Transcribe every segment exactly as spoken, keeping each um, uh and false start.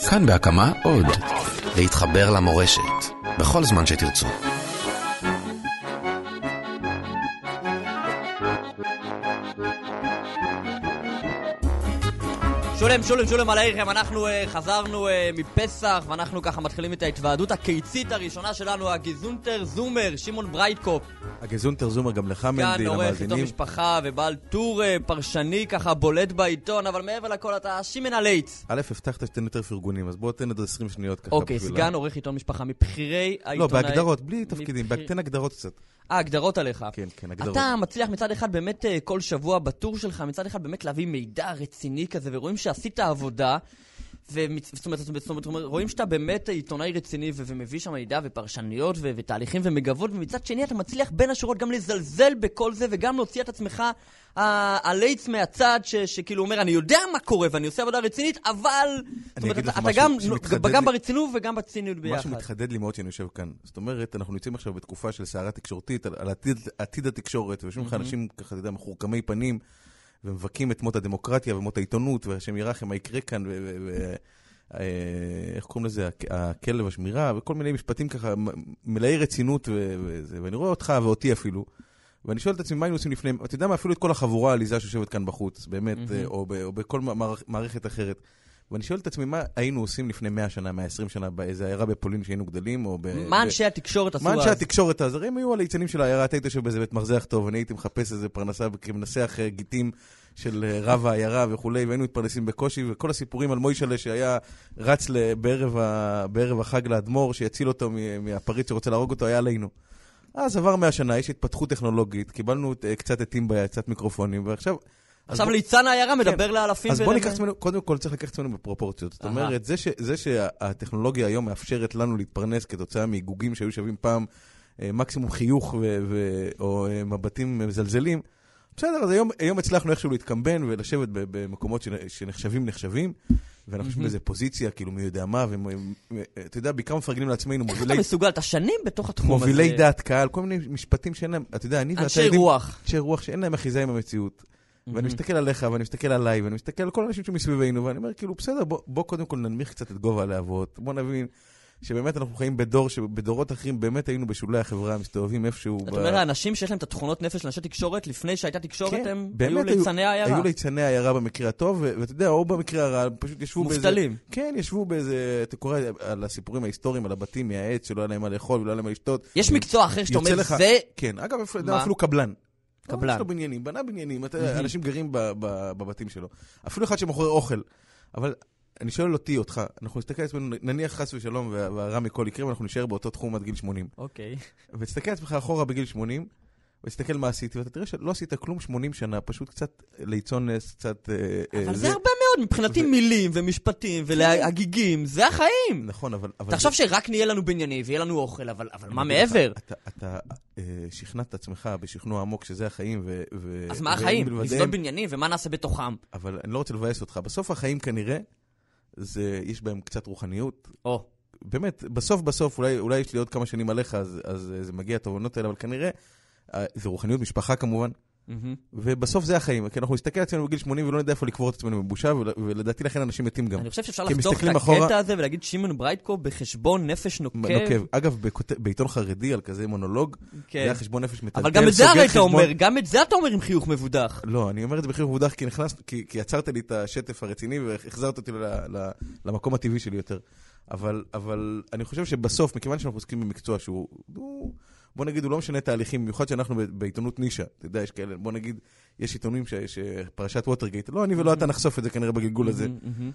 כאן בהקמה עוד. להתחבר למורשת. בכל זמן שתרצו. שולם, שולם, שולם עליכם, אנחנו uh, חזרנו uh, מפסח ואנחנו ככה מתחילים את ההתוועדות הקיצית הראשונה שלנו, הגזונטר זומר, שמעון ברייטקופ. הגזונטר זומר גם לך מנדי, למאזינים. כאן עורך איתו משפחה ובעל טור uh, פרשני ככה בולט בעיתון, אבל מעבר לכל אתה שימן הלייץ. א', הבטחת שתן יותר פרגונים, אז בוא תן את עשרים שניות ככה. אוקיי, סגן עורך איתון משפחה, מבחירי העיתונאי. לא, בהגדרות, בלי תפקידים, תן הגדרות קצת. אה, הגדרות עליך. כן, כן, הגדרות. אתה מצליח מצד אחד באמת כל שבוע בטור שלך, מצד אחד באמת להביא מידע רציני כזה, ורואים שעשית עבודה, זאת אומרת, זאת אומרת, רואים שאתה באמת עיתונאי רציני ומביא שם מידע ופרשניות ותהליכים ומגבות, ומצד שני אתה מצליח בין השורות גם לזלזל בכל זה, וגם להוציא את עצמך הלייץ מהצד שכאילו אומר, אני יודע מה קורה ואני עושה עבודה רצינית, אבל אתה גם ברצינות וגם בציניות ביחד. משהו מתחדד לי מאוד שאני יושב כאן. זאת אומרת, אנחנו נמצאים עכשיו בתקופה של סערה תקשורתית, על עתיד התקשורת, ויושבים לך אנשים ככה, אתה יודע, מחורקמי פנים, ומבקים את מות הדמוקרטיה ומות העיתונות, והשם ירחם מה יקרה כאן, ואיך קוראים לזה, הכלב השמירה, וכל מיני משפטים ככה, מלאי רצינות, ואני רואה אותך ואותי אפילו, ואני שואל את עצמי, מה היינו עושים לפני, אתה יודע מה, אפילו את כל החבורה העליזה שיושבת כאן בחוץ, באמת, או בכל מערכת אחרת, ואני שואל את עצמי, מה היינו עושים לפני מאה שנה, מאה ועשרים שנה, באיזה עיירה בפולין שהיינו גדלים, או ב... מה אנשי התקשורת עשו אז? מה אנשי התקשורת אז? הרי הם היו על העיצנים של העיירה, אתה היית יושב באיזה בית מרזח טוב, אני הייתי מחפש איזה פרנסה, כמנסח גיטים של רב העיירה וכולי, והיינו מתפרנסים בקושי, וכל הסיפורים על מוישלה שהיה רץ בערב החג לאדמו"ר, שיציל אותו מהפריץ שרוצה להרוג אותו, היה עלינו. אז עבר מאה שנה, יש התפתחות טכנולוגית, קיבלנו קצת עטים ביד, קצת מיקרופונים, ועכשיו עכשיו ליצן העיירה מדבר לאלפים. אז בוא ניקח את עצמנו, קודם כל צריך לקחת את עצמנו בפרופורציות. זאת אומרת, זה שהטכנולוגיה היום מאפשרת לנו להתפרנס כתוצאה מהיגוגים שהיו שווים פעם מקסימום חיוך או מבטים מזלזלים, בסדר, אז היום הצלחנו איכשהו להתקמבן ולשבת במקומות שנחשבים נחשבים, ואנחנו חושבים באיזה פוזיציה, כאילו מי יודע מה, ואתה יודע, בעיקר מפרגנים לעצמנו. איך אתה מסוגל? אתה שנים בתוך התחום הזה. מובילי דעת קהל, כל מיני משפטים שאין להם, אתה יודע, אני ואתה יודעים, אנשי רוח שאין להם אחיזה עם המציאות. ואני מסתכל עליך, ואני מסתכל עליי, ואני מסתכל על כל האנשים שמסביבנו, ואני אומר, כאילו, בסדר, בוא, בוא קודם כל ננמיך קצת את גובה הלהבות, בוא נבין שבאמת אנחנו חיים בדור, שבדורות אחרים באמת היינו בשולי החברה, מסתובבים איפשהו. זאת אומרת, האנשים שיש להם את התכונות נפש של אנשי תקשורת, לפני שהייתה תקשורת, הם היו ליצני העיירה. היו ליצני העיירה במקרה הטוב, ואתה יודע, או במקרה הרע, פשוט ישבו באיזה... מובטלים. כן, ישבו באיזה... אתה קורא על הסיפורים ההיסטוריים, על הבתים מהעץ, שלא היה להם מה לאכול, ולא היה להם מה לשתות. יש מקצוע אחר שאתה אומר, זה... כן, אגב, אפילו קבלן. קבלן. יש לו בניינים, בנה בניינים, אנשים גרים בבתים שלו. אפילו אחד שמוכר אוכל. אבל אני שואל אותי, אותך, אנחנו נסתכל על עצמנו, נניח חס ושלום והרע מכל יקרה, ואנחנו נשאר באותו תחום עד גיל שמונים. אוקיי. ותסתכל על עצמך אחורה בגיל שמונים, ותסתכל מה עשיתי, ואתה תראה שלא עשית כלום שמונים שנה, פשוט קצת ליצון נס, קצת... אבל זה הרבה מאוד, מבחינתי מילים ומשפטים ולהגיגים, זה החיים. נכון, אבל... אתה חושב שרק נהיה לנו בנייני ויהיה לנו אוכל, אבל מה מעבר? אתה שכנעת את עצמך בשכנוע עמוק שזה החיים ו... אז מה החיים? לבנות בניינים ומה נעשה בתוכם? אבל אני לא רוצה לבאס אותך. בסוף החיים כנראה, יש בהם קצת רוחניות. או. באמת, בסוף בסוף, אולי יש לי עוד כמה שנים עליך, אז זה מגיע התובנות האלה, אבל כנראה זה רוחניות, משפחה כמובן, ובסוף זה החיים, כי אנחנו נסתכל על עצמנו בגיל שמונים ולא נדע איפה לקבור את עצמנו מבושה, ולדעתי לכן אנשים מתים גם. אני חושב שאפשר לחתוך את הקטע הזה ולהגיד שמעון ברייטקופ בחשבון נפש נוקב. אגב, בעיתון חרדי על כזה מונולוג, זה היה חשבון נפש מטלטל. אבל גם את זה הרי אתה אומר, גם את זה אתה אומר עם חיוך מבודח. לא, אני אומר את זה בחיוך מבודח כי יצרת לי את השטף הרציני והחזרת אותי למקום הטבעי שלי יותר. אבל אני חושב שבסוף, מכיוון שאנחנו עוסקים במקצוע שהוא... בוא נגיד, הוא לא משנה תהליכים, במיוחד שאנחנו בעיתונות נישה, אתה יודע, יש כאלה, בוא נגיד, יש עיתונים שפרשת ווטרגייט, לא, אני ולא אתה נחשוף את זה כנראה בגלגול הזה,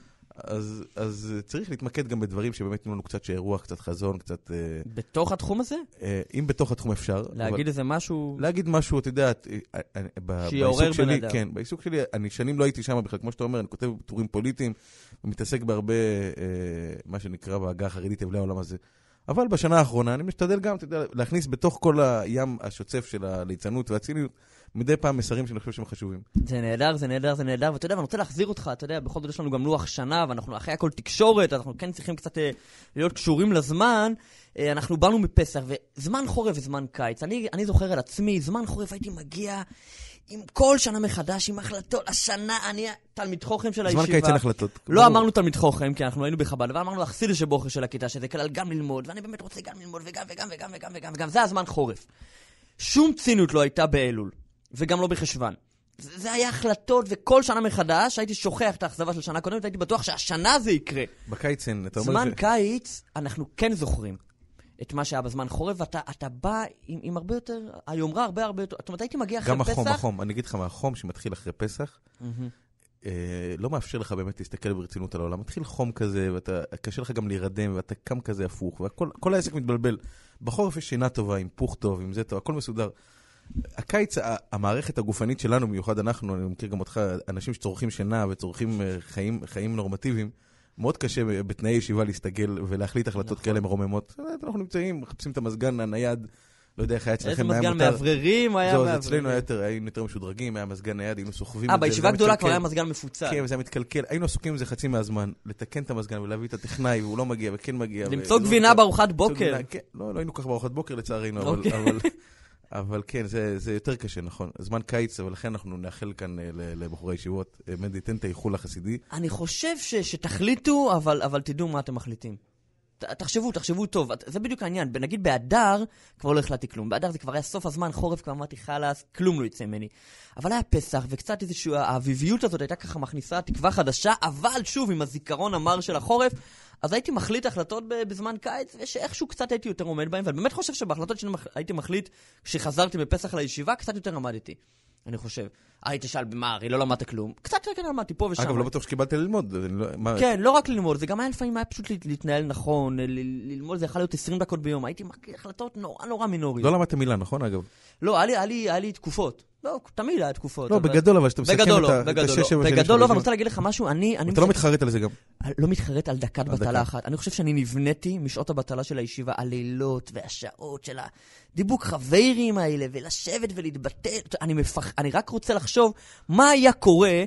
אז צריך להתמקד גם בדברים שבאמת תנו לנו קצת רוח, קצת חזון, קצת... בתוך התחום הזה? אם בתוך התחום אפשר. להגיד איזה משהו... להגיד משהו, אתה יודע, שיעורר בן אדם. כן, בעיסוק שלי, אני שנים לא הייתי שם בכלל, כמו שאתה אומר, אני כותב טורים פוליטיים, ומתעסק בהרבה, מה שנקרא בהגה החרדית, אבלי העולם הזה. אבל בשנה האחרונה אני משתדל גם, אתה יודע, להכניס בתוך כל הים השוצף של הליצנות והציניות, מדי פעם מסרים שאני חושב שהם חשובים. זה נהדר, זה נהדר, זה נהדר, ואתה יודע, ואני רוצה להחזיר אותך, אתה יודע, בכל זאת יש לנו גם לוח שנה, ואנחנו אחרי הכל תקשורת, אנחנו כן צריכים קצת להיות קשורים לזמן, אנחנו באנו מפסח, וזמן חורף וזמן קיץ, אני, אני זוכר על עצמי, זמן חורף הייתי מגיע עם כל שנה מחדש, עם החלטות, השנה אני תלמיד חוכם של הישיבה. זמן קיץ אין החלטות. לא אמרנו תלמיד חוכם, כי אנחנו היינו בחב"ד, אבל אמרנו החסיד שבוכר של הכיתה, שזה כלל גם ללמוד, ואני באמת רוצה גם ללמוד, וגם וגם וגם וגם וגם וגם, זה הזמן חורף. שום ציניות לא הייתה באלול, וגם לא בחשבן. זה, זה היה החלטות, וכל שנה מחדש הייתי שוכח את האכזבה של שנה קודמת, הייתי בטוח שהשנה זה יקרה. בקיץ אין, אתה אומר זמן ש... קיץ, אנחנו כן זוכרים את מה שהיה בזמן חורף, ואתה אתה בא עם, עם הרבה יותר, היומרה הרבה הרבה יותר, זאת אומרת, הייתי מגיע אחרי גם פסח. החום, החום, אני אגיד לך מה, החום שמתחיל אחרי פסח, אה, לא מאפשר לך באמת להסתכל ברצינות על העולם. מתחיל חום כזה, ואתה, קשה לך גם להירדם, ואתה קם כזה הפוך, וכל העסק מתבלבל. בחורף יש שינה טובה, עם פוך טוב, עם זה טוב, הכל מסודר. הקיץ, המערכת הגופנית שלנו, מיוחד אנחנו, אני מכיר גם אותך, אנשים שצורכים שינה וצורכים חיים, חיים נורמטיביים, מאוד קשה בתנאי ישיבה להסתגל ולהחליט החלטות כאלה מרוממות. אנחנו נמצאים, מחפשים את המזגן הנייד, לא יודע איך היה אצלכם, היה מזגן מאווררים, היה מאווררים. אצלנו היינו יותר משודרגים, היה מזגן נייד, היינו סוחבים. אה, בישיבה גדולה כבר היה מזגן מפוצל. כן, זה היה מתקלקל. היינו עסוקים בזה חצי מהזמן, לתקן את המזגן ולהביא את הטכנאי, והוא לא מגיע וכן מגיע. למצוא גבינה בארוחת בוקר. לא, לא היינו כך בארוחת בוקר לצערנו, אבל כן, זה יותר קשה, נכון. זמן קיץ, אבל לכן אנחנו נאחל כאן לבחורי ישיבות. מנדי, תן את האיחול החסידי. אני חושב שתחליטו, אבל תדעו מה אתם מחליטים. תחשבו, תחשבו טוב. זה בדיוק העניין. נגיד באדר כבר לא החלטתי כלום. באדר זה כבר היה סוף הזמן, חורף, כבר אמרתי חלאס, כלום לא יצא ממני. אבל היה פסח, וקצת איזושהי, האביביות הזאת הייתה ככה מכניסה תקווה חדשה, אבל שוב, עם הזיכרון המר של החורף, אז הייתי מחליט החלטות בזמן קיץ, ושאיכשהו קצת הייתי יותר עומד בהם, ואני באמת חושב שבהחלטות שהייתי מחליט, כשחזרתי בפסח לישיבה, קצת יותר עמדתי. אני חושב. היית שאל במה, הרי לא למדת כלום. קצת יותר למדתי פה ושם. אגב, לא בטוח שקיבלת ללמוד. כן, לא רק ללמוד, זה גם היה לפעמים היה פשוט להתנהל נכון, ללמוד זה יכול להיות עשרים דקות ביום. הייתי מקריא החלטות נורא נורא מינוריות. לא למדת מילה, נכון, אגב? לא, היה לי תקופות. לא, תמיד היה תקופות. לא, בגדול, אבל שאתה מסכם את השש שבע שנים. בגדול לא, אבל אני רוצה להגיד לך משהו, אני... אתה לא מתחרט על זה גם. לא מתחרט על דקת בטלה אחת. אני חושב שאני נבניתי משעות הבטלה של הישיבה, הלילות והשעות של הדיבוק חברים האלה, ולשבת ולהתבטא. אני מפח... אני רק רוצה לחשוב מה היה קורה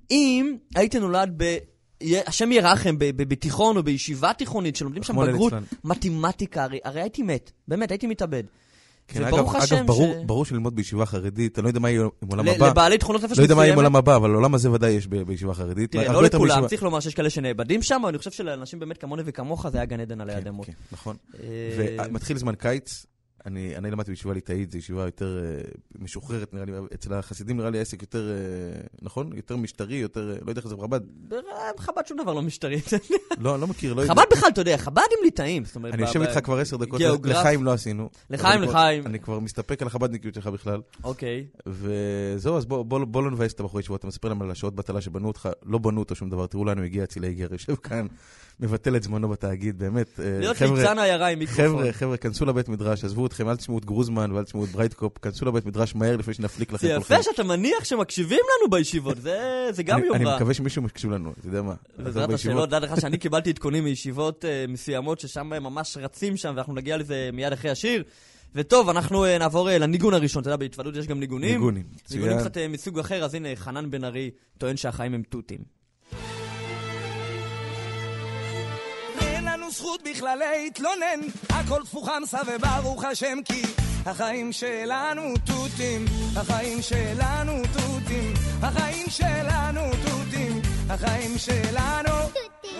אם הייתי נולד ב... השם ירחם בתיכון או בישיבה תיכונית שלומדים שם בגרות מתמטיקה, הרי הייתי מת. באמת, הייתי מתאבד. כן, אגב, אגב ברור, ש... ברור שללמוד בישיבה חרדית, אני לא יודע מה יהיה עם עולם הבא. לבעלי תכונות נפש לא יודע מה יהיה עם עולם הבא, אבל עולם הזה ודאי יש בישיבה חרדית. תראה, לא לכולם, בישיבה... צריך לומר שיש כאלה שנאבדים שם, אבל אני חושב שלאנשים באמת כמוני וכמוך זה היה גן עדן עלי כן, אדמות. כן, נכון. ומתחיל זמן קיץ, אני, אני למדתי בישיבה ליטאית, זו ישיבה יותר uh, משוחררת, נראה לי, אצל החסידים נראה לי העסק יותר, uh, נכון? יותר משטרי, יותר, לא יודע איך זה בחב"ד. בחב"ד שום דבר לא משטרי. לא, לא מכיר, לא יודע. חב"ד בכלל, אתה יודע, חב"ד עם ליטאים. אני יושב איתך כבר עשר דקות, לחיים לא עשינו. לחיים, לחיים. אני כבר מסתפק על החב"דניקיות שלך בכלל. אוקיי. וזהו, אז בוא, בוא, בוא לא נבייס את הבחורי ישיבות, אתה מספר להם על השעות בטלה שבנו אותך, לא בנו אותו שום דבר, תראו לנו, הגיע אצילי גר, יושב כאן, מבטל את זמנו בתאגיד, באמת. להיות ליצן העיירה עם מיקרופון. חבר'ה, חבר'ה, כנסו לבית מדרש, עזבו אתכם, אל תשמעו את גרוזמן ואל תשמעו את ברייטקופ, כנסו לבית מדרש מהר לפני שנפליק לכם כולכם. זה יפה שאתה מניח שמקשיבים לנו בישיבות, זה גם יומרה. אני מקווה שמישהו מקשיב לנו, אתה יודע מה. בעזרת השם, לא דעת לך שאני קיבלתי עדכונים מישיבות מסוימות ששם ממש רצים שם, ואנחנו נגיע לזה מיד אחרי השיר. וטוב, אנחנו נעבור לניגון הראשון, אתה יודע, בהתוודות יש גם ניגונים. ניגונים. ניגונים קצת מסוג אחר, אז הנה, חנן בן ארי טוען שהחיים הם תותים. אין לנו זכות בכלל להתלונן, הכל תפוחם וברוך השם, כי החיים שלנו תותים, החיים שלנו תותים, החיים שלנו תותים, החיים שלנו תותים.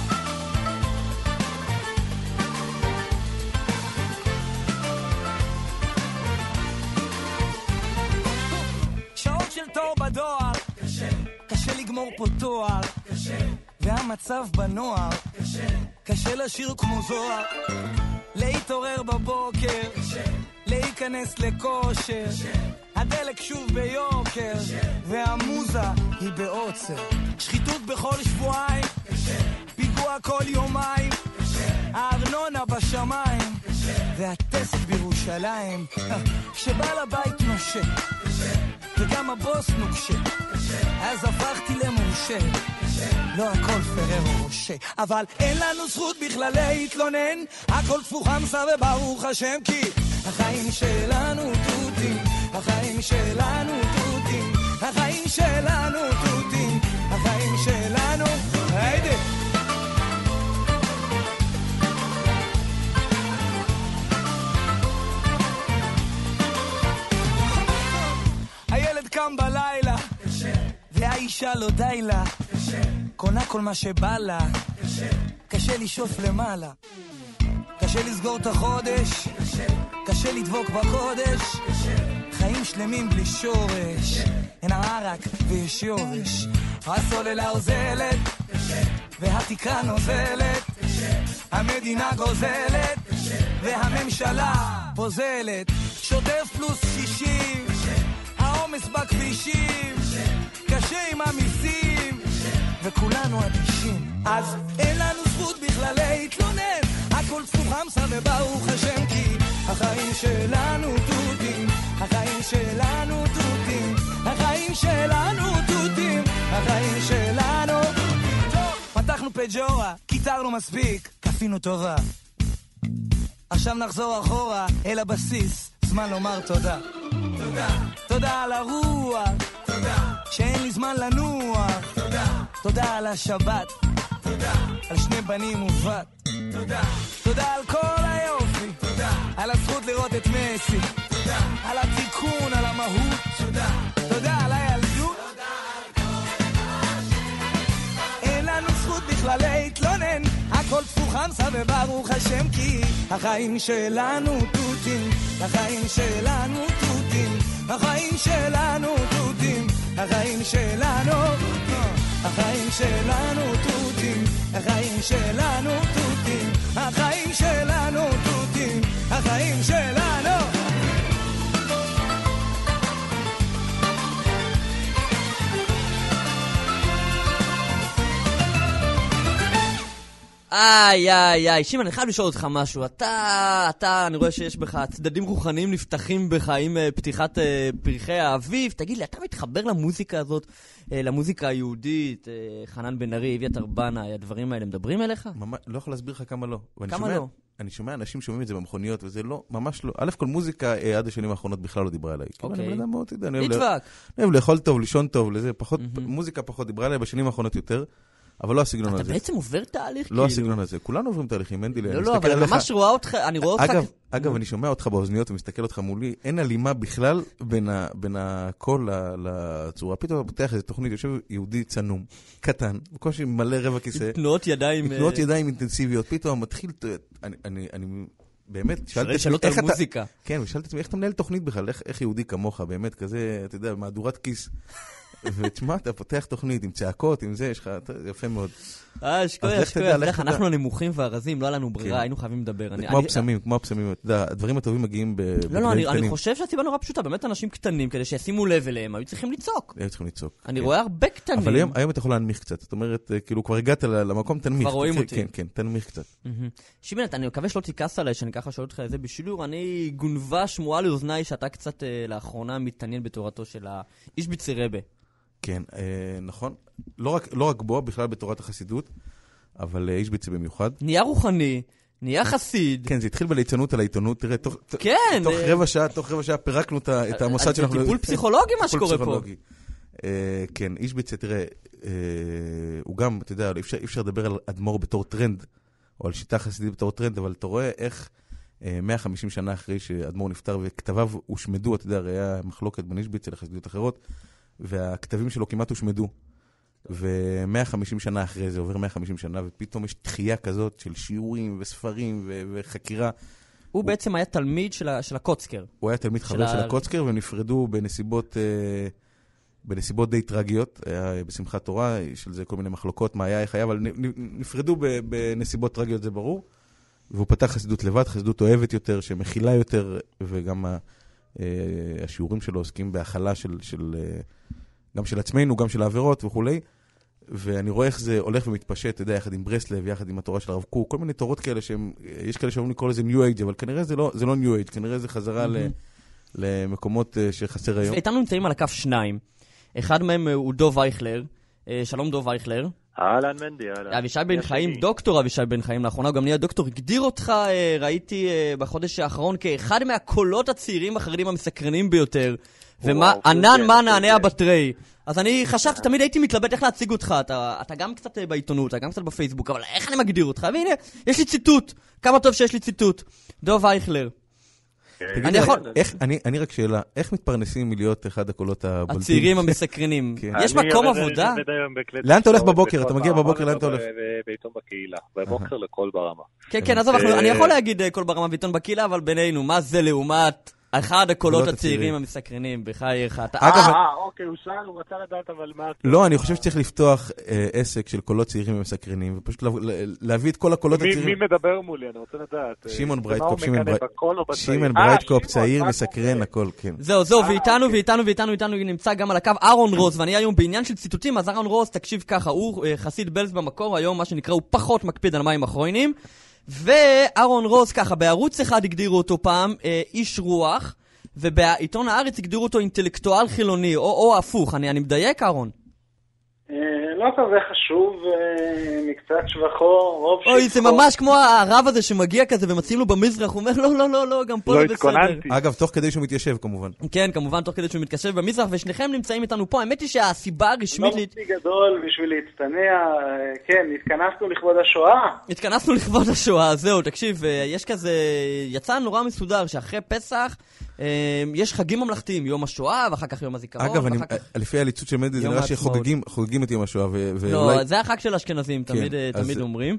שעות של תור בדואר, קשה, קשה לגמור פה תואר, קשה, והמצב בנוער, קשה, קשה לשיר כמו זוהר, להתעורר בבוקר, קשה, להיכנס לכושר, קשה, הדלק שוב ביוקר, קשה, והמוזה היא בעוצר, שחיתות בכל שבועיים, קשה, פיגוע כל יומיים, קשה, הארנונה בשמיים, קשה, והטסט בירושלים, כשבא לבית נושה, קשה, וגם הבוס נוקשה, אז הפכתי למורשה, לא הכל פרר ורושה, אבל אין לנו זכות בכלל להתלונן, הכל תפוחם וברוך השם, כי החיים שלנו תותים, החיים שלנו תותים, החיים שלנו תותים, החיים שלנו. היידה הילד קם עבודה לא די לה, קונה כל מה שבא לה, קשה לשאוף למעלה, קשה לסגור את החודש, קשה לדבוק בקודש, חיים שלמים בלי שורש, אין ערק ויש יורש, הסוללה עוזלת והתקרה נוזלת, המדינה גוזלת והממשלה פוזלת, שוטף פלוס שישים, העומס בכבישים, קשה עם המיסים וכולנו אדישים, אז אין לנו זכות בכלל להתלונן, הכל תפוך חמסה וברוך השם, כי החיים שלנו תותים, החיים שלנו תותים, החיים שלנו תותים, החיים שלנו תותים. טוב, פתחנו פג'ורה, קיטרנו מספיק, כפינו טובה, עכשיו נחזור אחורה אל הבסיס, זמן לומר תודה. תודה. תודה על הרוח, תודה. שאין לי זמן לנוח, תודה. תודה על השבת, תודה. על שני בנים ובת, תודה. תודה על כל היופי, תודה. על הזכות לראות את מסי, תודה. על התיקון, על המהות, תודה. תודה על הילדות, תודה על כל מה. אין לנו זכות בכלל להתלונן, הכל תפוך חמסה וברוך השם, כי החיים שלנו תותים, החיים שלנו תותים, החיים שלנו תותים, החיים שלנו החיים שלנו תותים, החיים שלנו תותים, החיים שלנו תותים, החיים שלנו. איי, איי, איי, שימן, אני חייב לשאול אותך משהו. אתה, אתה, אני רואה שיש בך צדדים רוחניים נפתחים בך עם uh, פתיחת uh, פרחי האביב. תגיד לי, אתה מתחבר למוזיקה הזאת, uh, למוזיקה היהודית, uh, חנן בן ארי, אביתר בנאי, הדברים האלה מדברים אליך? ממש, לא יכול להסביר לך כמה לא. כמה שומע, לא? אני שומע אנשים שומעים את זה במכוניות, וזה לא, ממש לא. א' כל מוזיקה uh, עד השנים האחרונות בכלל לא דיברה עליי. אוקיי. אני בן אדם מאוד, אתה יודע, אני נדבק. אוהב אני אוהב לאכול טוב, לישון טוב, לזה, פחות, מוזיקה פחות דיברה עליי בשנים האחרונות יותר. אבל לא הסגנון הזה. אתה בעצם עובר תהליך כאילו. לא הסגנון הזה. כולנו עוברים תהליכים, אין דילי. לא, לא, אבל אני ממש רואה אותך, אני רואה אותך... אגב, אגב, אני שומע אותך באוזניות ומסתכל אותך מולי, אין הלימה בכלל בין הקול לצורה. פתאום אתה פותח איזו תוכנית, יושב יהודי צנום, קטן, בקושי מלא רבע כיסא. תנועות ידיים... תנועות ידיים אינטנסיביות. פתאום מתחיל... אני באמת... שאלות על מוזיקה. כן, ושאלתי עצמי, איך אתה מנהל תוכנית בכלל? איך יהודי כמוך, באמת, כזה, אתה יודע, מהדורת כיס. ותשמע, אתה פותח תוכנית עם צעקות, עם זה, יש לך, יפה מאוד. אה, שכויה, שכויה, בדרך אנחנו הנמוכים והרזים, לא היה לנו ברירה, היינו חייבים לדבר. זה כמו הפסמים, כמו הפסמים, אתה יודע, הדברים הטובים מגיעים בדברים קטנים. לא, לא, אני חושב שהסיבה נורא פשוטה, באמת אנשים קטנים, כדי שישימו לב אליהם, היו צריכים לצעוק. היו צריכים לצעוק. אני רואה הרבה קטנים. אבל היום אתה יכול להנמיך קצת, זאת אומרת, כאילו כבר הגעת למקום, תנמיך. כבר רואים אותי. כן, כן, תנמיך קצת. שימן, אני מקווה שלא תיכעס עליי, שאני ככה שואל אותך את זה בשילור. אני גונבה שמועה לאוזניי שאתה קצת לאחרונה מתעניין בתורתו של האיש בצירבה. כן, נכון. לא רק, לא רק בו, בכלל בתורת החסידות, אבל איש ביצי במיוחד. נהיה רוחני, נהיה חסיד. כן, זה התחיל בליצנות על העיתונות. תראה, תוך, כן, תוך רבע שעה, תוך רבע שעה פירקנו את המוסד שאנחנו... זה טיפול פסיכולוגי מה שקורה פה. כן, איש ביצי, תראה, הוא גם, אתה יודע, אי אפשר לדבר על אדמו"ר בתור טרנד, או על שיטה חסידית בתור טרנד, אבל אתה רואה איך מאה וחמישים שנה אחרי שאדמו"ר נפטר וכתביו הושמדו, אתה יודע, הרי היה מחלוקת בין איש ביצי לחסידיות אחרות, והכתבים שלו כמעט הושמדו. ו-מאה וחמישים שנה אחרי זה, עובר מאה וחמישים שנה, ופתאום יש תחייה כזאת של שיעורים וספרים ו- וחקירה. הוא, הוא בעצם היה תלמיד של, ה- של הקוצקר. הוא היה תלמיד חבר של, של הקוצקר, והם נפרדו בנסיבות, אה, בנסיבות די טרגיות. היה בשמחת תורה, של זה כל מיני מחלוקות, מה היה, איך היה, אבל נפרדו ב- בנסיבות טרגיות, זה ברור. והוא פתח חסידות לבד, חסידות אוהבת יותר, שמכילה יותר, וגם ה- אה, השיעורים שלו עוסקים בהכלה של... של אה, גם של עצמנו, גם של העבירות וכולי, ואני רואה איך זה הולך ומתפשט, אתה יודע, יחד עם ברסלב, יחד עם התורה של הרב קוק, כל מיני תורות כאלה שהם, יש כאלה שאומרים לקרוא לזה ניו אייג', אבל כנראה זה לא, זה לא ניו אייג', כנראה זה חזרה ל, למקומות שחסר היום. איתנו נמצאים על הקו שניים, אחד מהם הוא דוב אייכלר, שלום דוב אייכלר. אהלן מנדי, אהלן. אבישי בן חיים, דוקטור אבישי בן חיים, לאחרונה הוא גם נהיה דוקטור, הגדיר אותך, ראיתי בחודש האחרון, כאחד מהקולות הצעירים החרדים המסקרנים ביותר, וענן מה נענע בטרי. אז אני חשבתי, תמיד הייתי מתלבט איך להציג אותך, אתה, אתה גם קצת בעיתונות, אתה גם קצת בפייסבוק, אבל איך אני מגדיר אותך? והנה, יש לי ציטוט, כמה טוב שיש לי ציטוט. דוב אייכלר. אני יכול... אני רק שאלה, איך מתפרנסים מלהיות אחד הקולות הבולטים? הצעירים המסקרנים. יש מקום עבודה? לאן אתה הולך בבוקר? אתה מגיע בבוקר, לאן אתה הולך? בעיתון בקהילה, בבוקר לכל ברמה. כן, כן, עזוב, אני יכול להגיד כל ברמה בעיתון בקהילה, אבל בינינו, מה זה לעומת אחד הקולות הצעירים המסקרנים, בחייך? אה, אוקיי, הוא שאל, הוא רצה לדעת, אבל מה... לא, אני חושב שצריך לפתוח עסק של קולות צעירים ומסקרנים, ופשוט להביא את כל הקולות הצעירים. מי מדבר מולי? אני רוצה לדעת. שמעון ברייטקופ, שמעון ברייטקופ, צעיר, מסקרן, הכל, כן. זהו, זהו, ואיתנו, ואיתנו, ואיתנו, ואיתנו נמצא גם על הקו אהרון רוז, ואני היום בעניין של ציטוטים, אז אהרון רוז, תקשיב ככה, הוא חסיד בלז במקור, היום מה שנקרא, הוא פחות מקפיד על מים אחרונים, ואהרון רוז ככה, בערוץ אחד הגדירו אותו פעם, איש רוח, ובעיתון הארץ הגדירו אותו אינטלקטואל חילוני, או, או הפוך, אני, אני מדייק, אהרון? לא כזה חשוב, מקצת שבחו, רוב שבחו. אוי, זה ממש כמו הרב הזה שמגיע כזה ומציעים לו במזרח, הוא אומר, לא, לא, לא, לא, גם פה זה בסדר. אגב, תוך כדי שהוא מתיישב, כמובן. כן, כמובן, תוך כדי שהוא מתיישב במזרח, ושניכם נמצאים איתנו פה. האמת היא שהסיבה הרשמית... לא מספיק גדול בשביל להצטנע, כן, התכנסנו לכבוד השואה. התכנסנו לכבוד השואה, זהו, תקשיב, יש כזה, יצא נורא מסודר, שאחרי פסח, יש חגים ממלכתיים, יום השואה, ואחר כך יום הזיכרון. אגב, לפי הליצוץ של מד"א, זה נראה שחוגגים את יום השואה. לא, זה החג של אשכנזים, תמיד אומרים.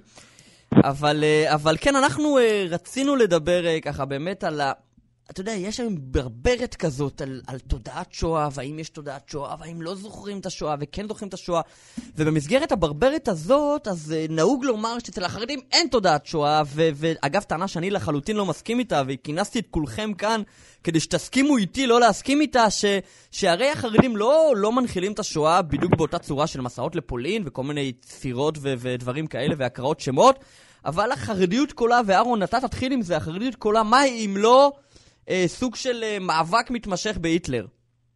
אבל כן, אנחנו רצינו לדבר ככה באמת על ה... אתה יודע, יש היום ברברת כזאת על, על תודעת שואה, והאם יש תודעת שואה, והאם לא זוכרים את השואה, וכן זוכרים את השואה. ובמסגרת הברברת הזאת, אז נהוג לומר שאצל החרדים אין תודעת שואה, ו- ואגב, טענה שאני לחלוטין לא מסכים איתה, וכינסתי את כולכם כאן, כדי שתסכימו איתי, לא להסכים איתה, ש- שהרי החרדים לא, לא מנחילים את השואה בדיוק באותה צורה של מסעות לפולין, וכל מיני צירות ו- ודברים כאלה, והקראות שמות, אבל החרדיות כולה, ואהרון, אתה תתחיל עם זה, החרדיות כולה, מה אם לא... אה, סוג של אה, מאבק מתמשך בהיטלר?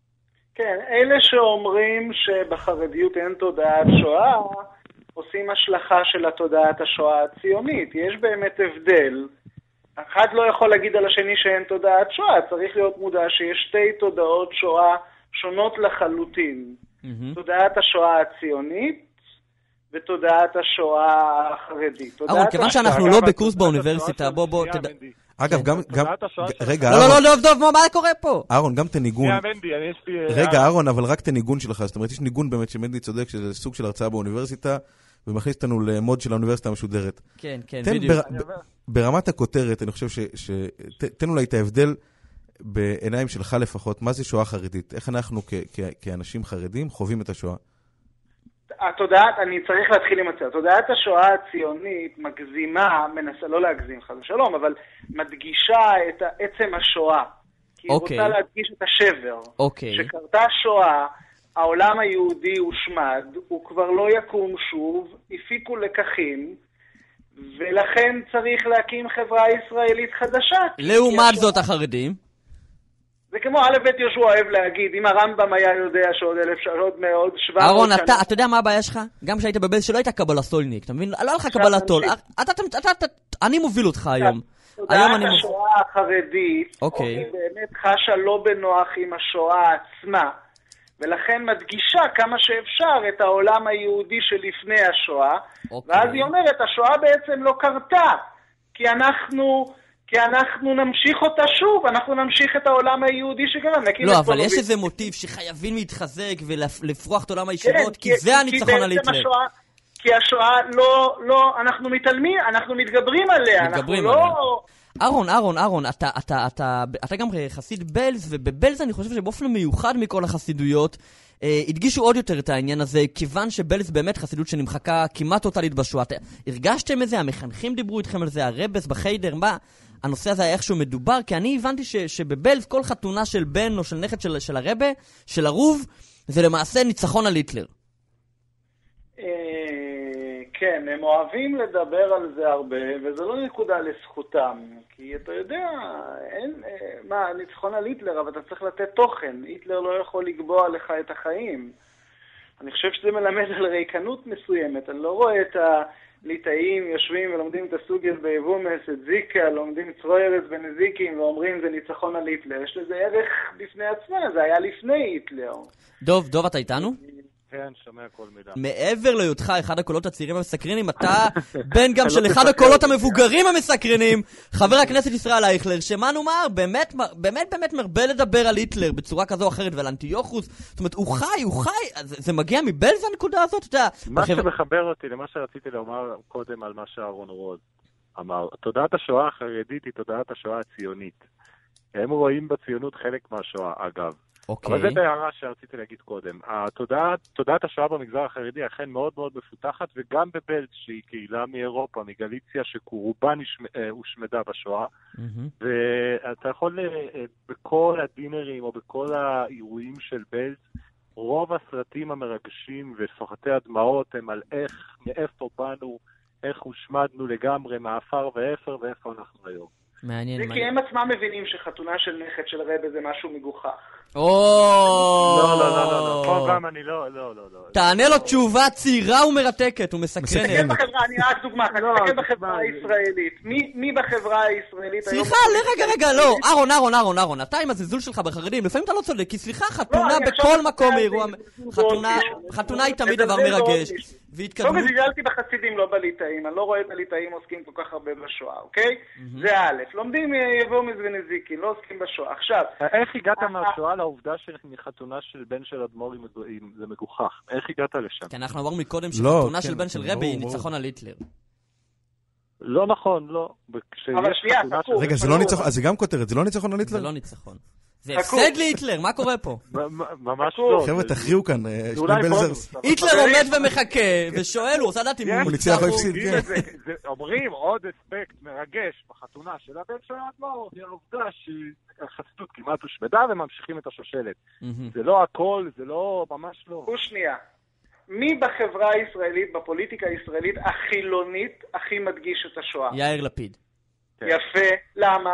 כן, אלה שאומרים שבחרדיות אין תודעת שואה, עושים השלכה של התודעת השואה הציונית. יש באמת הבדל. אחד לא יכול להגיד על השני שאין תודעת שואה, צריך להיות מודע שיש שתי תודעות שואה שונות לחלוטין. Mm-hmm. תודעת השואה הציונית ותודעת השואה החרדית. אהרון, כיוון שאנחנו לא בקורס באוניברסיטה, בוא בוא... אגב, גם, גם, רגע, לא, לא, לא, לא, מה קורה פה? אהרון, גם את הניגון. רגע, אהרון, אבל רק את הניגון שלך. זאת אומרת, יש ניגון באמת שמנדי צודק, שזה סוג של הרצאה באוניברסיטה, ומכניס אותנו למוד של האוניברסיטה המשודרת. כן, כן, בדיוק. ברמת הכותרת, אני חושב ש... תן אולי את ההבדל בעיניים שלך לפחות, מה זה שואה חרדית? איך אנחנו כאנשים חרדים חווים את השואה? התודעת, אני צריך להתחיל עם הצעה. תודעת השואה הציונית מגזימה, מנסה לא להגזים חס ושלום, אבל מדגישה את עצם השואה. כי היא okay. רוצה להדגיש את השבר. Okay. שקרתה שואה, העולם היהודי הושמד, הוא כבר לא יקום שוב, הפיקו לקחים, ולכן צריך להקים חברה ישראלית חדשה. לעומת זאת החרדים? זה כמו א' ב' יהושע אוהב להגיד, אם הרמב"ם היה יודע שעוד אלף שעות מאוד שבע מאות אהרון, אתה, אתה יודע מה הבעיה שלך? גם כשהיית בבלז שלא היית קבלסטולניק, אתה מבין? לא לך קבלתול. אני מוביל אותך היום. תודעת השואה החרדית, באמת חשה לא בנוח עם השואה עצמה, ולכן מדגישה כמה שאפשר את העולם היהודי שלפני השואה, ואז היא אומרת, השואה בעצם לא קרתה, כי אנחנו... כי אנחנו נמשיך אותה שוב, אנחנו נמשיך את העולם היהודי שגרם. לא, אבל יש איזה מוטיב שחייבים להתחזק ולפרוח את עולם הישיבות, כי זה הניצחון על היטלר. כי השואה לא, לא, אנחנו מתעלמים, אנחנו מתגברים עליה. מתגברים עליה. אהרון, אהרון, אהרון, אתה, אתה, אתה, אתה גם חסיד בלז, ובבלז אני חושב שבאופן מיוחד מכל החסידויות, אה, הדגישו עוד יותר את העניין הזה, כיוון שבלז באמת חסידות שנמחקה כמעט טוטלית בשואה. הרגשתם את זה? המחנכים דיברו איתכם על זה? הרבס בחיידר? מה? הנושא הזה היה איכשהו מדובר, כי אני הבנתי ש, שבבלז כל חתונה של בן או של נכד של, של הרבה, של הרוב, זה למעשה ניצחון על היטלר. כן, הם אוהבים לדבר על זה הרבה, וזה לא נקודה לזכותם, כי אתה יודע, אין, מה, ניצחון על היטלר, אבל אתה צריך לתת תוכן, היטלר לא יכול לקבוע לך את החיים. אני חושב שזה מלמד על ריקנות מסוימת, אני לא רואה את הליטאים יושבים ולומדים את הסוגיות ביבומס, את זיקה, לומדים צרוירס ונזיקים, ואומרים זה ניצחון על היטלר, יש לזה ערך בפני עצמה, זה היה לפני היטלר. דוב, דוב, אתה איתנו? כן, שומע כל מילה. מעבר להיותך אחד הקולות הצעירים המסקרנים, אתה בן גם של אחד הקולות המבוגרים המסקרנים, חבר הכנסת ישראל אייכלר, שמה נאמר, באמת, באמת, באמת מרבה לדבר על היטלר בצורה כזו או אחרת ועל אנטיוכוס. זאת אומרת, הוא חי, הוא חי, זה, זה מגיע מבלז הנקודה הזאת, אתה יודע. מה בחבר... שמחבר אותי למה שרציתי לומר קודם על מה שאהרון רוז אמר, תודעת השואה החרדית היא תודעת השואה הציונית. הם רואים בציונות חלק מהשואה, אגב. אוקיי. אבל זאת הערה שרציתי להגיד קודם. התודעת, תודעת השואה במגזר החרדי אכן מאוד מאוד מפותחת, וגם בבלז, שהיא קהילה מאירופה, מגליציה, שרובה הושמדה בשואה. Mm-hmm. ואתה יכול, בכל הדינרים או בכל האירועים של בלז, רוב הסרטים המרגשים וסוחטי הדמעות הם על איך, מאיפה באנו, איך הושמדנו לגמרי, מאפר ואפר, ואיפה אנחנו היום. מעניין. זה כי הם עצמם מבינים שחתונה של נכד של רבא זה משהו מגוחך. או... לא, לא, לא, לא, פה גם אני לא, לא, לא, לא. תענה לו תשובה צעירה ומרתקת, הוא מסקרן. תסתכל בחברה, אני רק דוגמה, תסתכל בחברה הישראלית. מי בחברה הישראלית? סליחה, רגע, רגע, לא. אהרון, אהרון, אהרון, אהרון, אתה עם הזלזול שלך בחרדים, לפעמים אתה לא צודק, כי סליחה, חתונה בכל מקום אירוע, חתונה היא תמיד דבר מרגש. לא מזלזלתי בחסידים, לא בליטאים, אני לא רואה את הליטאים עוסקים כל כך הרבה בשואה, אוקיי? זה א', לומדים יבוא מזגנזיקי, לא עוסקים בשואה. עכשיו... איך הגעת מהשואה לעובדה שמחתונה של בן של אדמו"ר זה מגוחך? איך הגעת לשם? כי אנחנו אמרנו מקודם שחתונה של בן של רבי היא ניצחון על היטלר. לא נכון, לא. אבל שנייה, תקור. רגע, זה לא ניצחון, אז זה גם כותרת, זה לא ניצחון על היטלר? זה לא ניצחון. זה הפסד להיטלר, מה קורה פה? ממש לא. חבר'ה, תכריעו כאן, שני בלזרס. היטלר עומד ומחכה, ושואל, הוא עושה דעת אם הוא ניצח או הפסיד, כן. אומרים עוד אספקט מרגש בחתונה של הבן של האדמו"ר, היא העובדה שהחסידות כמעט הושמדה וממשיכים את השושלת. זה לא הכל, זה לא, ממש לא. הוא שנייה. מי בחברה הישראלית, בפוליטיקה הישראלית, החילונית, הכי מדגיש את השואה? יאיר לפיד. יפה, למה?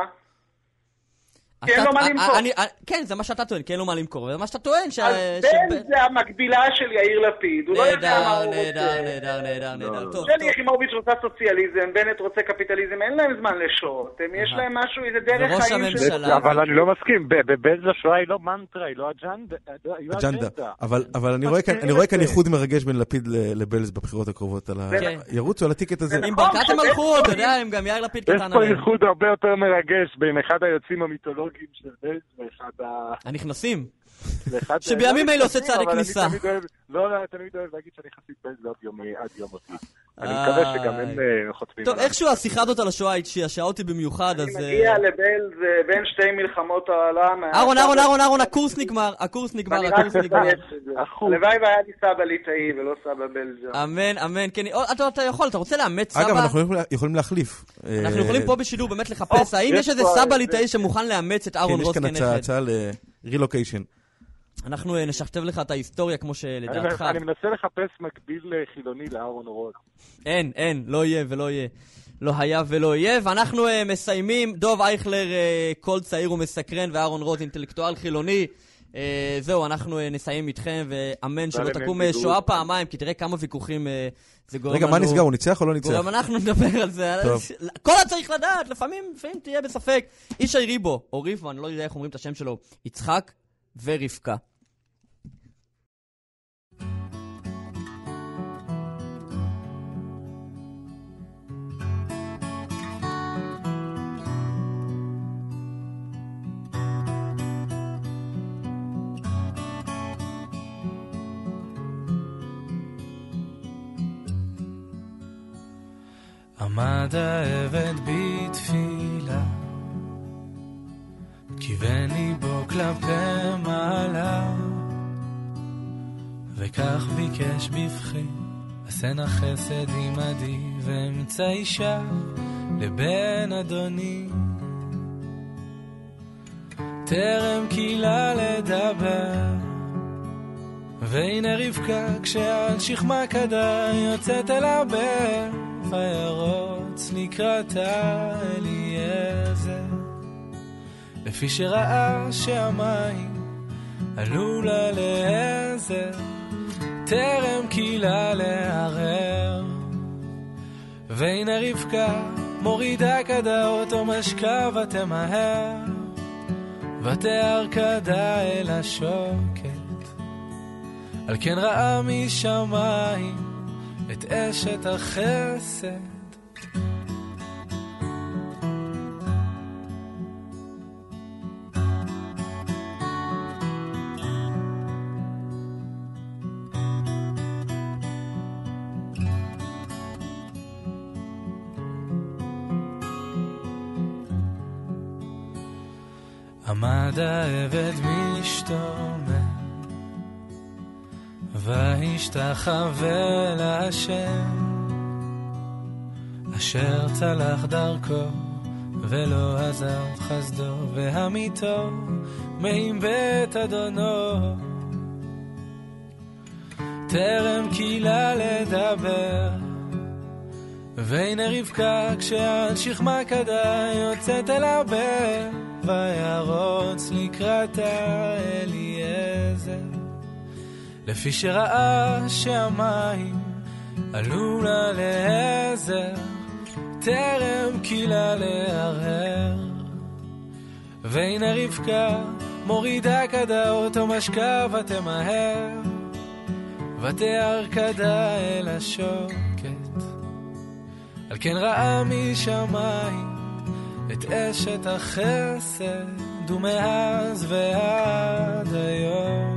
כי אין לו מה למכור. כן, זה מה שאתה טוען, כי אין לו מה למכור. זה מה שאתה טוען ש... אז בן זה המקבילה של יאיר לפיד. הוא לא יודע מה הוא רוצה. נהדר, נהדר, נהדר, נהדר. טוב, שלי יחימוביץ' רוצה סוציאליזם, בנט רוצה קפיטליזם, אין להם זמן לשוט. יש להם משהו, איזה דרך חיים של... אבל אני לא מסכים. בבלז השואה היא לא מנטרה, היא לא אג'נדה. אבל אני רואה כאן איחוד מרגש בין לפיד לבלז בבחירות הקרובות. ירוצו על הטיקט הזה. אם ברקת הם הלכו, אתה יודע, הם גם יאיר לפיד קטן עליהם. יש פה איחוד הרבה יותר מרגש בין אחד היוצאים המיתולוגיים של בלז ואחד ה... הנכנסים. שבימים האלה עושה צעדי כניסה. לא, לא, תמיד אוהב להגיד שאני חסיד בלז עד יום אותי. אני מקווה שגם הם חותמים. טוב, איכשהו השיחה הזאת על השואה היא שישעה אותי במיוחד, אז... אני מגיע לבלז בין שתי מלחמות העולם. אהרון, אהרון, אהרון, אהרון, הקורס נגמר, הקורס נגמר, הקורס נגמר. הלוואי והיה לי סבא ליטאי ולא סבא בלז. אמן, אמן, כן. אתה יכול, אתה רוצה לאמץ סבא? אגב, אנחנו יכולים להחליף. אנחנו יכולים פה בשידור באמת לחפש, האם יש איזה סבא ליטאי שמוכן לאמץ את אהרון רוס כנכד? יש כאן הצעה לרילוקיישן. אנחנו נשכתב לך את ההיסטוריה כמו שלדעתך. אני מנסה לחפש מקביל חילוני לאהרון רוז. אין, אין, לא יהיה ולא יהיה. לא היה ולא יהיה. ואנחנו uh, מסיימים, דוב אייכלר uh, קול צעיר ומסקרן, ואהרון רוז אינטלקטואל חילוני. Uh, זהו, אנחנו uh, נסיים איתכם, ואמן שלא תקום uh, שואה פעמיים, כי תראה כמה ויכוחים uh, זה גורם לנו... רגע, מה נסגר? הוא ניצח או לא ניצח? גם אנחנו נדבר על זה. כל הצריך לדעת, לפעמים, לפעמים תהיה בספק. אישי ריבו, או ריבו, אני לא יודע איך אומרים את השם שלו, יצחק ורבקה. עמד העבד בתפילה, כיוון ליבו כלפי מעלה, וכך ביקש בבכי, עשה נא חסד עמדי, ואמצא אישה לבן אדוני. טרם קילה לדבר, והנה רבקה כשעל שכמה כדה יוצאת אל הבאר, וירוץ לקראתה אליעזר, לפי שראה שהמים עלו לה לעזר, טרם קילה לערער. והנה רבקה מורידה כדה אותו משקה ותמהר, ותער כדה אל השוקת, על כן ראה משמיים את אשת החסד. עמד העבד משתומם והשתחווה להשם אשר צלח דרכו ולא עזב חסדו והמיתו מעם בית אדונו טרם קילה לדבר והנה רבקה כשעל שכמה כדה יוצאת אל הבר וירוץ לקראתה אליעזר לפי שראה שהמים עלו לה לעזר טרם קילה להרהר והנה רבקה מורידה כדה אותו משקה ותמהר ותיאר כדה אל השוקת על כן ראה משמיים את אשת החסד ומאז ועד היום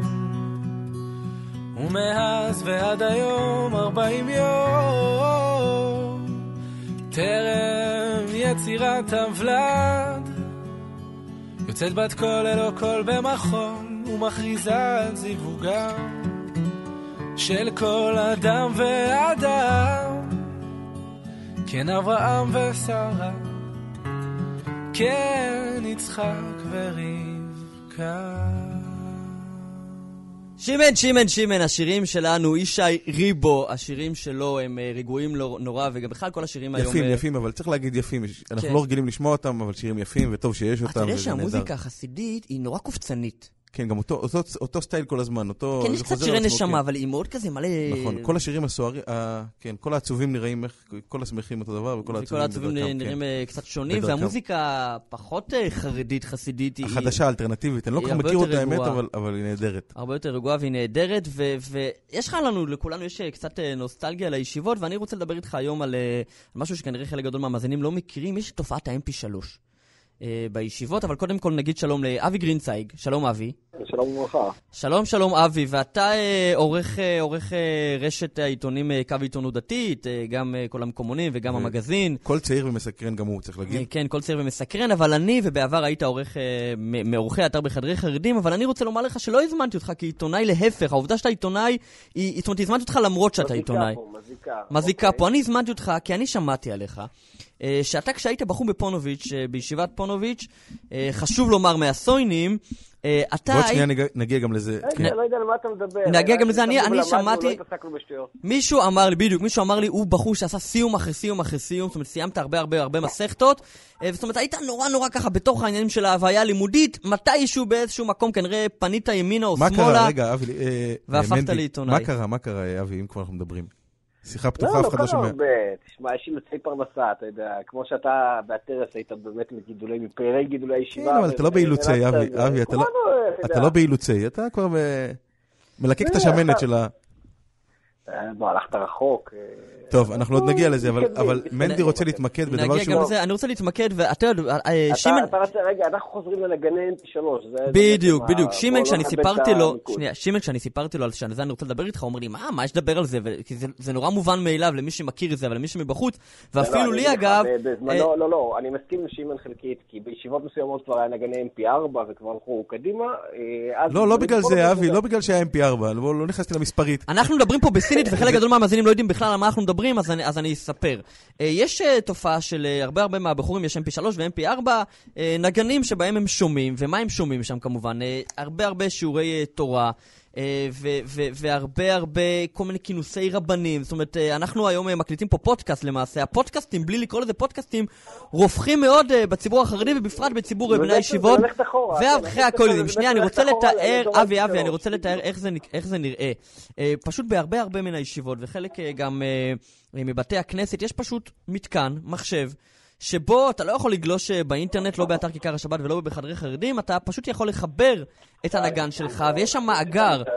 ומאז ועד היום ארבעים יום טרם יצירת הוולד יוצאת בת קול אלו קול במכון ומכריזה על זיווגה של כל אדם ואדם כן אברהם ושרה כן יצחק ורבקה. שימן, שימן, שימן, השירים שלנו, ישי ריבו, השירים שלו הם רגועים נורא, וגם בכלל כל השירים היום... יפים, יפים, אבל צריך להגיד יפים. אנחנו לא רגילים לשמוע אותם, אבל שירים יפים, וטוב שיש אותם. אתה יודע שהמוזיקה החסידית היא נורא קופצנית. כן, גם אותו, אותו, אותו סטייל כל הזמן, אותו... כן, יש קצת שירי נשמה, אבל היא מאוד כזה מלא... נכון, כל השירים הסוערים, כן, כל העצובים נראים איך, כל השמחים אותו דבר, וכל העצובים... וכל העצובים נראים קצת שונים, והמוזיקה פחות חרדית, חסידית. החדשה, האלטרנטיבית, אני לא כל כך מכיר אותה האמת, אבל היא נהדרת. הרבה יותר רגועה והיא נהדרת, ויש לך לנו, לכולנו יש קצת נוסטלגיה לישיבות, ואני רוצה לדבר איתך היום על משהו שכנראה חלק גדול מהמאזינים לא מכירים, יש תופעת ה-אם פי שלוש. בישיבות, אבל קודם כל נגיד שלום לאבי גרינצייג. שלום אבי. שלום וברכה. שלום שלום אבי, ואתה עורך, עורך רשת העיתונים קו עיתונות דתית, גם כל המקומונים וגם המגזין. כל צעיר ומסקרן גם הוא, צריך להגיד. כן, כל צעיר ומסקרן, אבל אני, ובעבר היית עורך, מעורכי אתר בחדרי חרדים, אבל אני רוצה לומר לך שלא הזמנתי אותך כעיתונאי, להפך, העובדה שאתה עיתונאי, זאת אומרת, הזמנתי אותך למרות שאתה עיתונאי. מזיקה פה, מזיקה פה. אני הזמנתי אותך כי אני שמעתי עליך. שאתה כשהיית בחור בפונוביץ', בישיבת פונוביץ', חשוב לומר מהסוינים, אתה... ועוד שנייה נגיע גם לזה. רגע, לא יודע למה אתה מדבר. נגיע גם לזה, אני שמעתי... לא התעסקנו בשטויות. מישהו אמר לי, בדיוק, מישהו אמר לי, הוא בחור שעשה סיום אחרי סיום אחרי סיום, זאת אומרת, סיימת הרבה הרבה הרבה מסכתות, זאת אומרת, היית נורא נורא ככה בתוך העניינים של ההוויה הלימודית, מתישהו באיזשהו מקום, כנראה פנית ימינה או שמאלה, מה קרה, רגע, אבי, והפכת לעיתונאי. מה קרה, מה קרה, אבי, אם כבר אנחנו מדברים? שיחה פתוחה, לא, אף אחד לא שומע. תשמע, יש אילוצי פרנסה, אתה יודע, כמו שאתה באתרס היית באמת מגידולי, מפעילי גידולי הישיבה. כן, אבל אתה לא באילוצי, אבי, אבי, אתה לא באילוצי, אתה כבר מלקק את השמנת של ה... בוא, הלכת רחוק. טוב, אנחנו עוד נגיע לזה, אבל מנדי רוצה להתמקד בדבר שהוא... נגיע גם לזה, אני רוצה להתמקד, ואתה יודע, שימן... רגע, אנחנו חוזרים לנגני אם פי שלוש. בדיוק, בדיוק. שימן, כשאני סיפרתי לו, שנייה, שימן, כשאני סיפרתי לו על זה, אני רוצה לדבר איתך, הוא אומר לי, מה, מה יש לדבר על זה? כי זה נורא מובן מאליו למי שמכיר את זה, אבל למי שמבחוץ, ואפילו לי אגב... לא, לא, לא, אני מסכים עם שימן חלקית, כי בישיבות מסוימות כבר היה נגני אם פי ארבע, וכבר הלכו קדימה. לא, לא בגלל זה, אבי, לא בגלל שהיה אם פי ארבע, לא נכנסתי למספרית. אנחנו מדברים פה בסינית, וחלק גדול מהמאזינים לא יודעים בכלל על מה אנחנו מדברים, אז אני, אז אני אספר. יש תופעה של הרבה הרבה מהבחורים, יש אם פי שלוש ו-אם פי ארבע, נגנים שבהם הם שומעים, ומה הם שומעים שם כמובן? הרבה הרבה שיעורי תורה, ו- ו- והרבה הרבה כל מיני כינוסי רבנים. זאת אומרת, אנחנו היום מקליטים פה פודקאסט למעשה. הפודקאסטים, בלי לקרוא לזה פודקאסטים, רופחים מאוד בציבור החרדי, ובפרט בציבור בני הישיבות. ואחרי הכל, שנייה, אני רוצה לתאר, אבי, אבי, אני רוצה לתאר איך זה, איך זה נראה. פשוט בהרבה הרבה מן הישיבות, וחלק גם מבתי הכנסת, יש פשוט מתקן, מחשב, שבו אתה לא יכול לגלוש באינטרנט, לא באתר כיכר השבת ולא בחדרי חרדים, אתה פשוט יכול לחבר את הנגן שלך, ויש שם מאגר.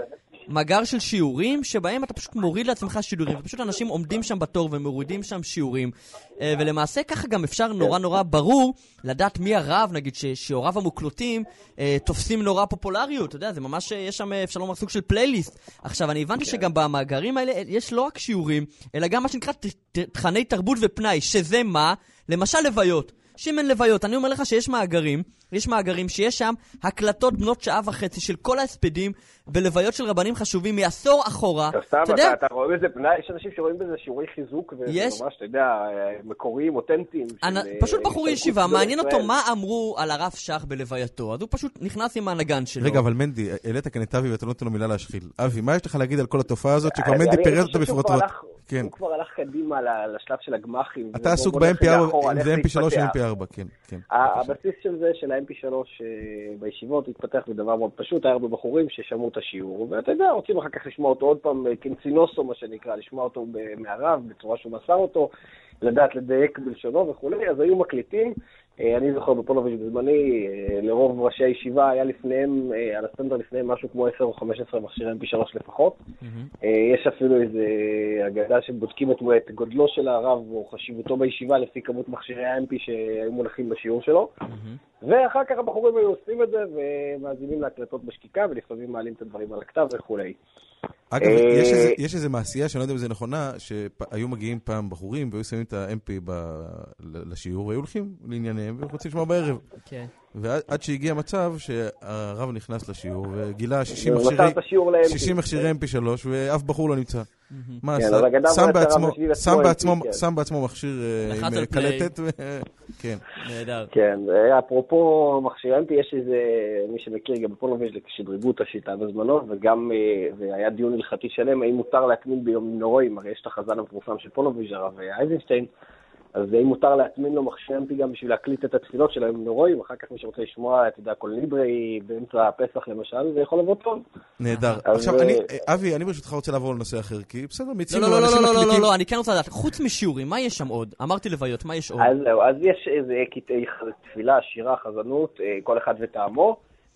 מאגר של שיעורים, שבהם אתה פשוט מוריד לעצמך שיעורים, ופשוט אנשים עומדים שם בתור ומורידים שם שיעורים, ולמעשה ככה גם אפשר נורא נורא ברור לדעת מי הרב, נגיד ששיעוריו המוקלטים תופסים נורא פופולריות, אתה יודע, זה ממש, יש שם אפשר לומר סוג של פלייליסט. עכשיו, אני הבנתי שגם במאגרים האלה יש לא רק שיעורים, אלא גם מה שנקרא תכני תרבות ופנאי, שזה מה? למשל לוויות. שימן לוויות, אני אומר לך שיש מאגרים, יש מאגרים שיש שם הקלטות בנות שעה וחצי של כל ההספדים ולוויות של רבנים חשובים מעשור אחורה. אתה סתם, אתה, אתה רואה בזה פנאי, יש אנשים שרואים בזה שיעורי חיזוק, וממש, אתה יודע, מקוריים, אותנטיים. פשוט בחור ישיבה, מעניין אותו מה אמרו על הרב שח בלווייתו, אז הוא פשוט נכנס עם הנגן שלו. רגע, אבל מנדי, העלית כאן את אבי ואתה לא נותן לו מילה להשחיל. אבי, מה יש לך להגיד על כל התופעה הזאת שכבר מנדי פירט אותה בפרוטרוט? הוא כבר הלך קדימה לשלב של הגמחים. אתה עסוק ב-אם פי ארבע, אם זה אם פי שלוש או אם פי ארבע, כן. הבסיס של זה, של ה-אם פי שלוש בישיבות, התפתח בדבר מאוד פשוט, היה הרבה בחורים ששמעו את השיעור, ואתה יודע, רוצים אחר כך לשמוע אותו עוד פעם, כנצינוסו, מה שנקרא, לשמוע אותו מהרב, בצורה שהוא מסר אותו, לדעת לדייק בלשונו וכו', אז היו מקליטים. אני זוכר בפונוביץ' בזמני, לרוב ראשי הישיבה היה לפניהם, על הסטנדר לפניהם משהו כמו עשר או חמש עשרה מכשירי אם פי שלוש לפחות. יש אפילו איזו אגדה שבודקים את גודלו של הרב או חשיבותו בישיבה לפי כמות מכשירי ה-אם פי שהיו מונחים בשיעור שלו. ואחר כך הבחורים היו עושים את זה ומאזינים להקלטות בשקיקה ולפעמים מעלים את הדברים על הכתב וכולי. אגב, יש איזו מעשייה, שאני לא יודע אם זה נכונה, שהיו מגיעים פעם בחורים והיו שמים את ה-אם פי לשיעור והיו הולכים לענייניהם ורוצים לשמוע בערב. ועד שהגיע מצב שהרב נכנס לשיעור וגילה שישים מכשירי אם פי שלוש ואף בחור לא נמצא. מה עשה? שם בעצמו מכשיר עם קלטת. כן. נהדר. כן, אפרופו מכשיר אם פי, יש איזה, מי שמכיר גם בפונוביץ' שדרגו את השיטה בזמנו, וגם היה דיון הלכתי שלם, האם מותר להטמין ביום נורואים, הרי יש את החזן המפורסם של פונוביץ' הרב אייזנשטיין, אז אם מותר להטמין לו מכשיר אם פי גם בשביל להקליט את התפילות של היום נורואים, אחר כך מי שרוצה לשמוע, אתה יודע, כל ליברי באמצע הפסח למשל, זה יכול לבוא טוב. נהדר. עכשיו, אבי, אני ברשותך רוצה לעבור לנושא אחר, כי בסדר, מציעים לא, לא, לא, לא, לא, לא, אני כן רוצה לדעת, חוץ משיעורים, מה יש שם עוד? אמרתי לוויות, מה יש עוד? אז זהו, אז יש איזה קטעי תפילה, שירה, חזנות, כל אחד וטעמו.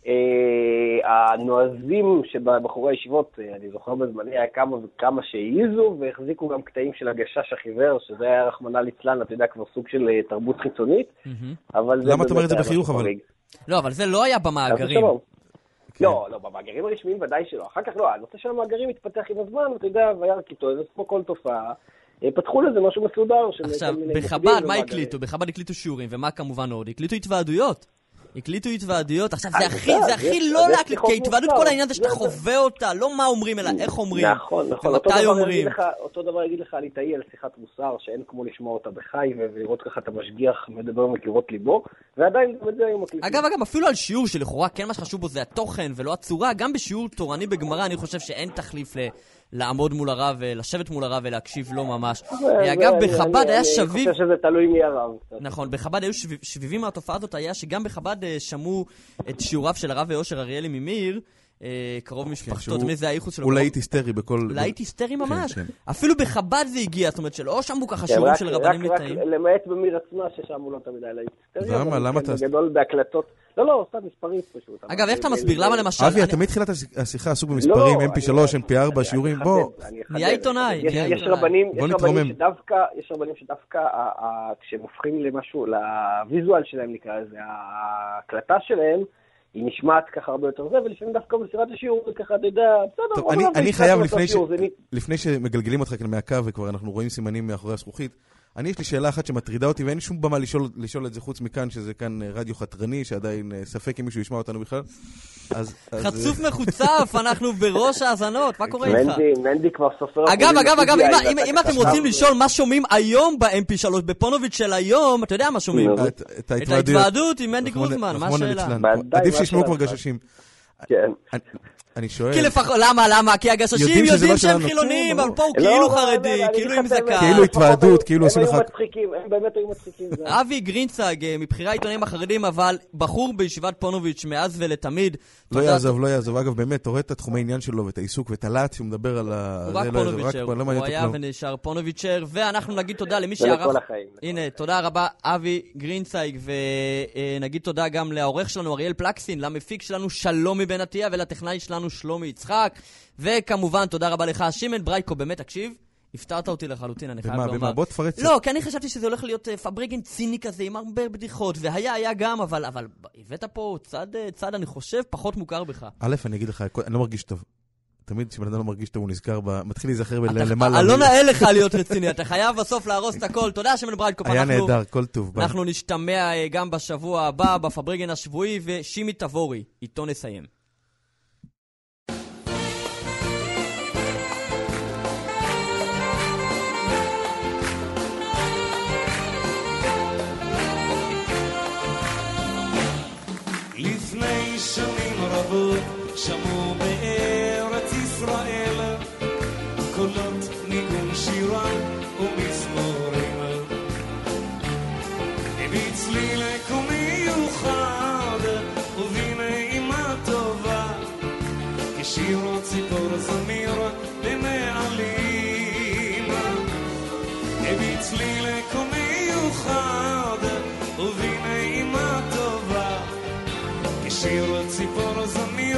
הנועזים שבחורי הישיבות, אני זוכר בזמני, היה כמה וכמה שהעיזו, והחזיקו גם קטעים של הגשש החיוור, שזה היה רחמנא ליצלן, אתה יודע, כבר סוג של תרבות חיצונית. למה אתה אומר את זה בחיוך, אבל? לא, אבל זה לא היה במאגרים. לא, לא, במאגרים הרשמיים ודאי שלא. אחר כך לא, הנושא של המאגרים התפתח עם הזמן, אתה יודע, וירק איתו, זה כמו כל תופעה. פתחו לזה משהו מסודר. עכשיו, בחב"ד, מה הקליטו? בחב"ד הקליטו שיעורים, ומה כמובן עוד? הקליטו התוועדויות. הקליטו התוועדויות, עכשיו זה הכי, זה הכי לא להקליט, כי התוועדות כל העניין זה שאתה חווה אותה, לא מה אומרים, אלא איך אומרים, נכון, נכון, ומתי אומרים. אותו דבר יגיד לך ליטאי על שיחת מוסר, שאין כמו לשמוע אותה בחי, ולראות ככה את המשגיח מדבר מקירות ליבו, ועדיין את זה היו מקליטים. אגב, אגב, אפילו על שיעור שלכאורה, כן מה שחשוב בו זה התוכן ולא הצורה, גם בשיעור תורני בגמרא, אני חושב שאין תחליף ל... לעמוד מול הרב, לשבת מול הרב ולהקשיב לו ממש. אגב, בחב"ד היה שביב... אני חושב שזה תלוי מי הרב. נכון, בחב"ד היו שביבים מהתופעה הזאת, היה שגם בחב"ד שמעו את שיעוריו של הרב אושר אריאלי ממיר, קרוב משפחתו, תמיד זה האיחוס שלו. הוא להיט היסטרי בכל... להיט היסטרי ממש. אפילו בחב"ד זה הגיע, זאת אומרת שלא שמעו ככה שיעורים של רבנים ליטאים. רק למעט במיר עצמה ששמו לו תמיד להיט היסטרי. למה? למה אתה... בגדול בהקלטות. לא, לא, סתם מספרים פשוט. אגב, איך אתה מסביר? למה למשל... אבי, אתה מתחילת השיחה עסוק במספרים, אם פי שלוש, אם פי ארבע, שיעורים, בוא... נהיה עיתונאי. יש רבנים שדווקא, יש רבנים שדווקא, כשהם הופכים למשהו, לוויזואל שלהם נקרא לזה, ההקלטה שלהם, היא נשמעת ככה הרבה יותר זה, ולפעמים דווקא בסירת השיעור, וככה, אתה יודע, בסדר. אני חייב, לפני שמגלגלים אותך כאן מהקו, וכבר אנחנו רואים סימנים מאחורי הזכוכית, אני יש לי שאלה אחת שמטרידה אותי, ואין שום במה לשאול, לשאול את זה חוץ מכאן, שזה כאן רדיו חתרני, שעדיין ספק אם מישהו ישמע אותנו בכלל. אז, חצוף אז... מחוצף, אנחנו בראש האזנות, מה קורה איתך? מנדי, מנדי כבר סופר... אגב, אגב, אגב, אם, אם, אם אתם רוצים לשאול מה שומעים היום ב-אם פי שלוש, בפונוביץ' של היום, אתה יודע מה שומעים? את ההתוועדות עם מנדי גרוזמן, מה השאלה? עדיף שישמעו כבר גששים. כן. אני שואל... כי לפחות, למה, למה? כי הגששים יודעים שהם חילונים, אבל פה הוא כאילו חרדי, כאילו עם זקן. כאילו התוועדות, כאילו עושים לך... הם היו מצחיקים, הם באמת היו מצחיקים. אבי גרינצייג, מבחירה העיתונאים החרדים, אבל בחור בישיבת פונוביץ' מאז ולתמיד. לא יעזוב, לא יעזוב. אגב, באמת, תורא את התחומי העניין שלו ואת העיסוק ואת הלהט שהוא מדבר על ה... הוא רק פונוביצ'ר, הוא היה ונשאר פונוביצ'ר, ואנחנו נגיד תודה למי שערך... הנה, תודה רבה, אבי גרינצייג, ונגיד תודה גם לעורך שלנו, אריאל פלקסין, למפיק שלנו, שלומי בן עטיה ולטכנאי שלנו שלומי יצחק. וכמובן, תודה רבה לך, שמעון ברייקו, באמת, תקשיב. הפתעת אותי לחלוטין, אני חייב לומר. במה? בוא תפרץ. לא, כי אני חשבתי שזה הולך להיות פבריגן ציני כזה, עם הרבה בדיחות, והיה, היה גם, אבל, אבל, הבאת פה צד, צד, אני חושב, פחות מוכר בך. א', אני אגיד לך, אני לא מרגיש טוב. תמיד כשבן אדם לא מרגיש טוב, הוא נזכר, מתחיל להיזכר למעלה. לא נאה לך להיות רציני, אתה חייב בסוף להרוס את הכל. תודה, שמעון ברייקו. היה נהדר, כל טוב. אנחנו נשתמע גם בשבוע הבא, בפבריגן השבועי, ושימי תבורי, איתו נסיים. לפני שנים רבות שמעו בארץ ישראל קולות ניגון שירה ומזמורים בצליל קול מיוחד ובנעימה טובה כשיר ציפור זמיר במעלים בצליל קול מיוחד ובנעימה טובה שיר ציפור זמיר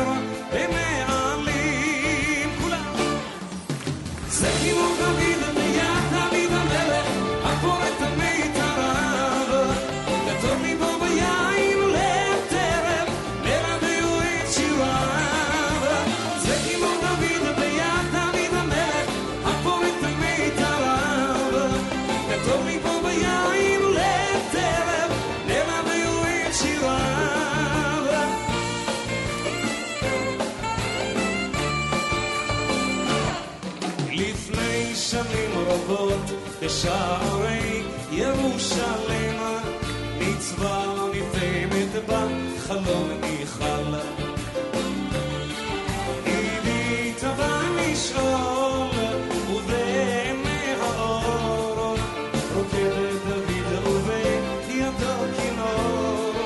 במעלים כולם זה כמו דוד ביד דוד המלך הפורט המיתריו כתוב מבוא ביין לטרף מרביעו את שיריו זה כמו דוד ביד דוד המלך הפורט המיתריו כתוב מבוא ביין לטרף מרביעו את שיריו שנים רבות בשערי ירושלים מצווה נפעמת בחלום ניחל אידי טבע משאול ובעמי האור רוקדת דוד ובידו כינור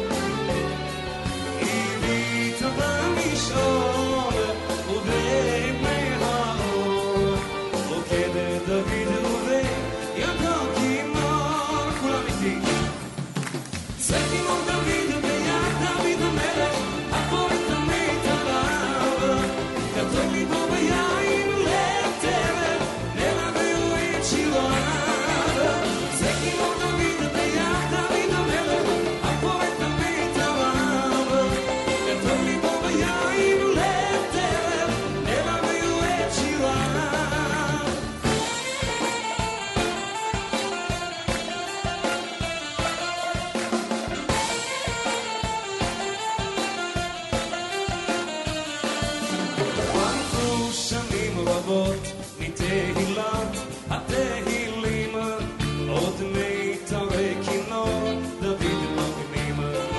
אידי טבע משאול ובעמי האור רוקדת דוד ובידו כינור כולם איתי זה כינור דוד ביד דוד המלך הפורט המיתריו כתוב לי בו ביין לטרף נרביעו את שיריו זה כינור דוד ביד דוד המלך הפורט המיתריו כתוב לי בו ביין לטרף נרביעו את שיריו שנים רבות מתהילת התהילים עוד מיתרי כינור דוד נוגנים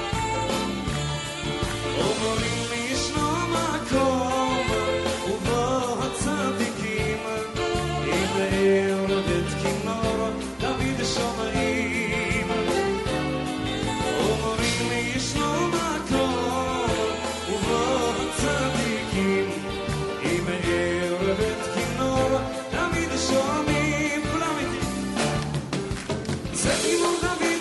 אומרים לי ישנו מקום ובו הצדיקים אם לערב את כינור דוד שומעים אומרים לי ישנו מקום ובו הצדיקים אם ערב את כינור תמיד שומעים כולם איתי זה כינור דוד